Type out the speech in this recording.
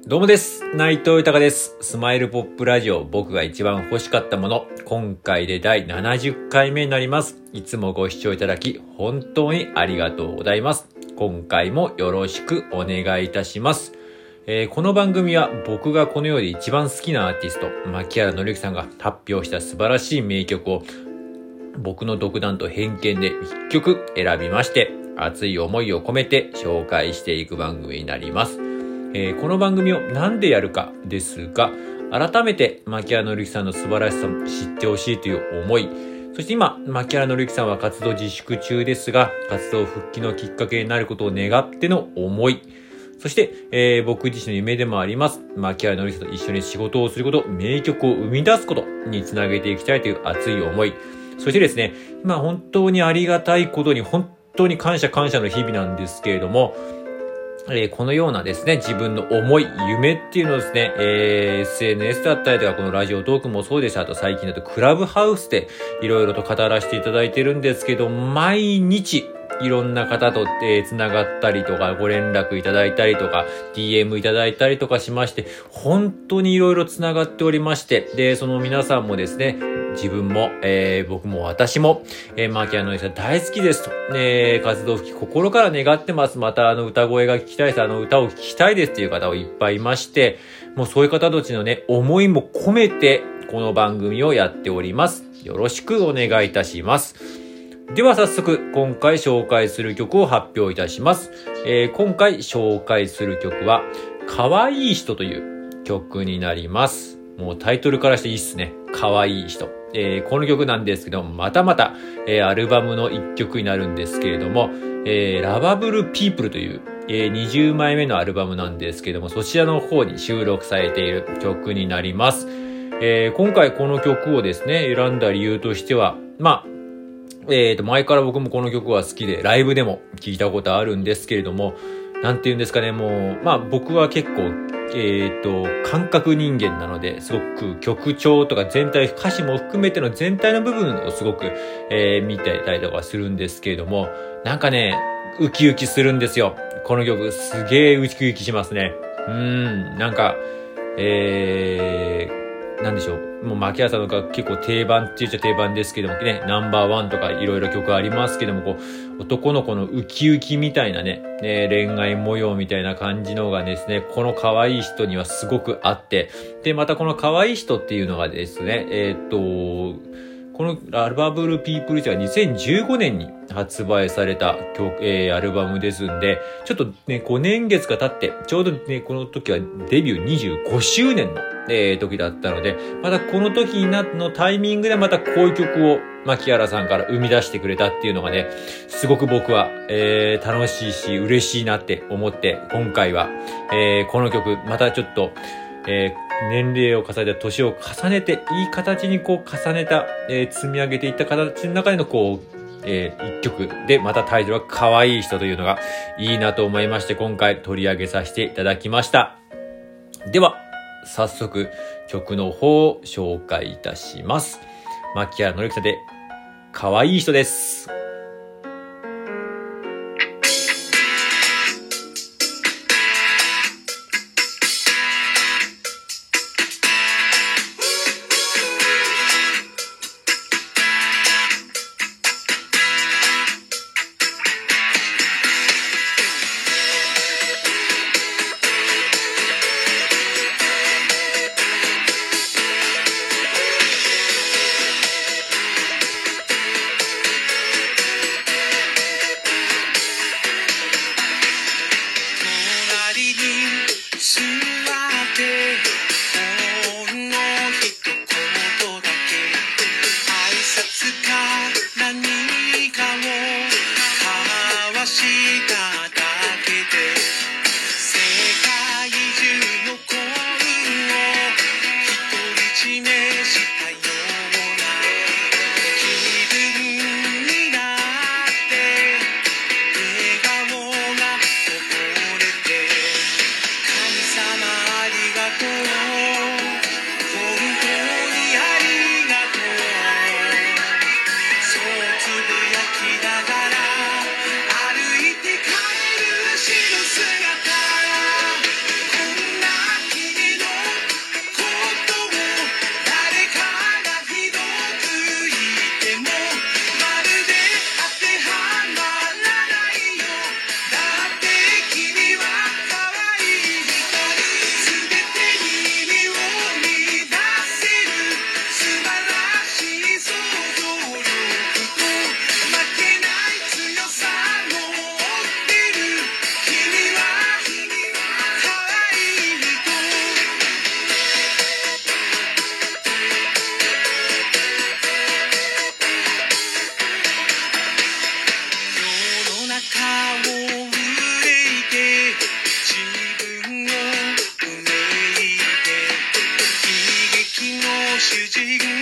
どうもです。内藤豊です。スマイルポップラジオ、僕が一番欲しかったもの。今回で第70回目になります。いつもご視聴いただき、本当にありがとうございます。今回もよろしくお願いいたします。この番組は僕がこの世で一番好きなアーティスト、牧原紀之さんが発表した素晴らしい名曲を僕の独断と偏見で一曲選びまして、熱い思いを込めて紹介していく番組になります。この番組をなんでやるかですが、改めて牧原紀之さんの素晴らしさを知ってほしいという思い、そして今、牧原紀之さんは活動自粛中ですが、活動復帰のきっかけになることを願っての思い、そして、僕自身の夢でもあります、牧原紀之さんと一緒に仕事をすること、名曲を生み出すことにつなげていきたいという熱い思い、そしてですね、今本当にありがたいことに本当に感謝の日々なんですけれども、このようなですね、自分の思い、夢っていうのをですね、SNS だったりとか、このラジオトークもそうです。あと最近だとクラブハウスでいろいろと語らせていただいてるんですけど、毎日いろんな方と、つながったりとか、ご連絡いただいたりとか、DM いただいたりとかしまして、本当にいろいろつながっておりまして、で、その皆さんもですね、自分も、僕も私も、牧原紀之さん大好きですと、活動復帰心から願ってます。また歌声が聞きたいです。歌を聞きたいですっていう方もいっぱいいまして、もうそういう方たちのね、思いも込めて、この番組をやっております。よろしくお願いいたします。では早速、今回紹介する曲を発表いたします。今回紹介する曲は、可愛い人という曲になります。もうタイトルからしていいっすね。可愛い人。この曲なんですけども、またまた、アルバムの一曲になるんですけれども、ラバブルピープルという、20枚目のアルバムなんですけども、そちらの方に収録されている曲になります。今回この曲をですね、選んだ理由としては、前から僕もこの曲は好きで、ライブでも聴いたことあるんですけれども、なんて言うんですかね、もう、僕は結構、感覚人間なので、すごく曲調とか全体、歌詞も含めての全体の部分をすごく、見てたりとかするんですけれども、なんかね、ウキウキするんですよ。この曲、すげーウキウキしますね。なんか、なんでしょう。もう牧原さんのが結構定番って言っちゃ定番ですけどもね、ナンバーワンとかいろいろ曲ありますけども、こう、男の子のウキウキみたいなね、恋愛模様みたいな感じのがですね、この可愛い人にはすごくあって、で、またこの可愛い人っていうのがですね、このアルバブルピープルズは2015年に発売された曲、アルバムですんで、ちょっとね、5年月が経って、ちょうどね、この時はデビュー25周年の、時だったので、またこの時のタイミングでまたこういう曲を牧原さんから生み出してくれたっていうのがね、すごく僕は、楽しいし嬉しいなって思って、今回は、この曲、またちょっと、年齢を重ねて、年を重ねて、いい形にこう重ねた、積み上げていった形の中でのこう、一曲で、またタイトルは可愛い人というのがいいなと思いまして、今回取り上げさせていただきました。では、早速曲の方を紹介いたします。牧原紀之さんで可愛い人です。 筋が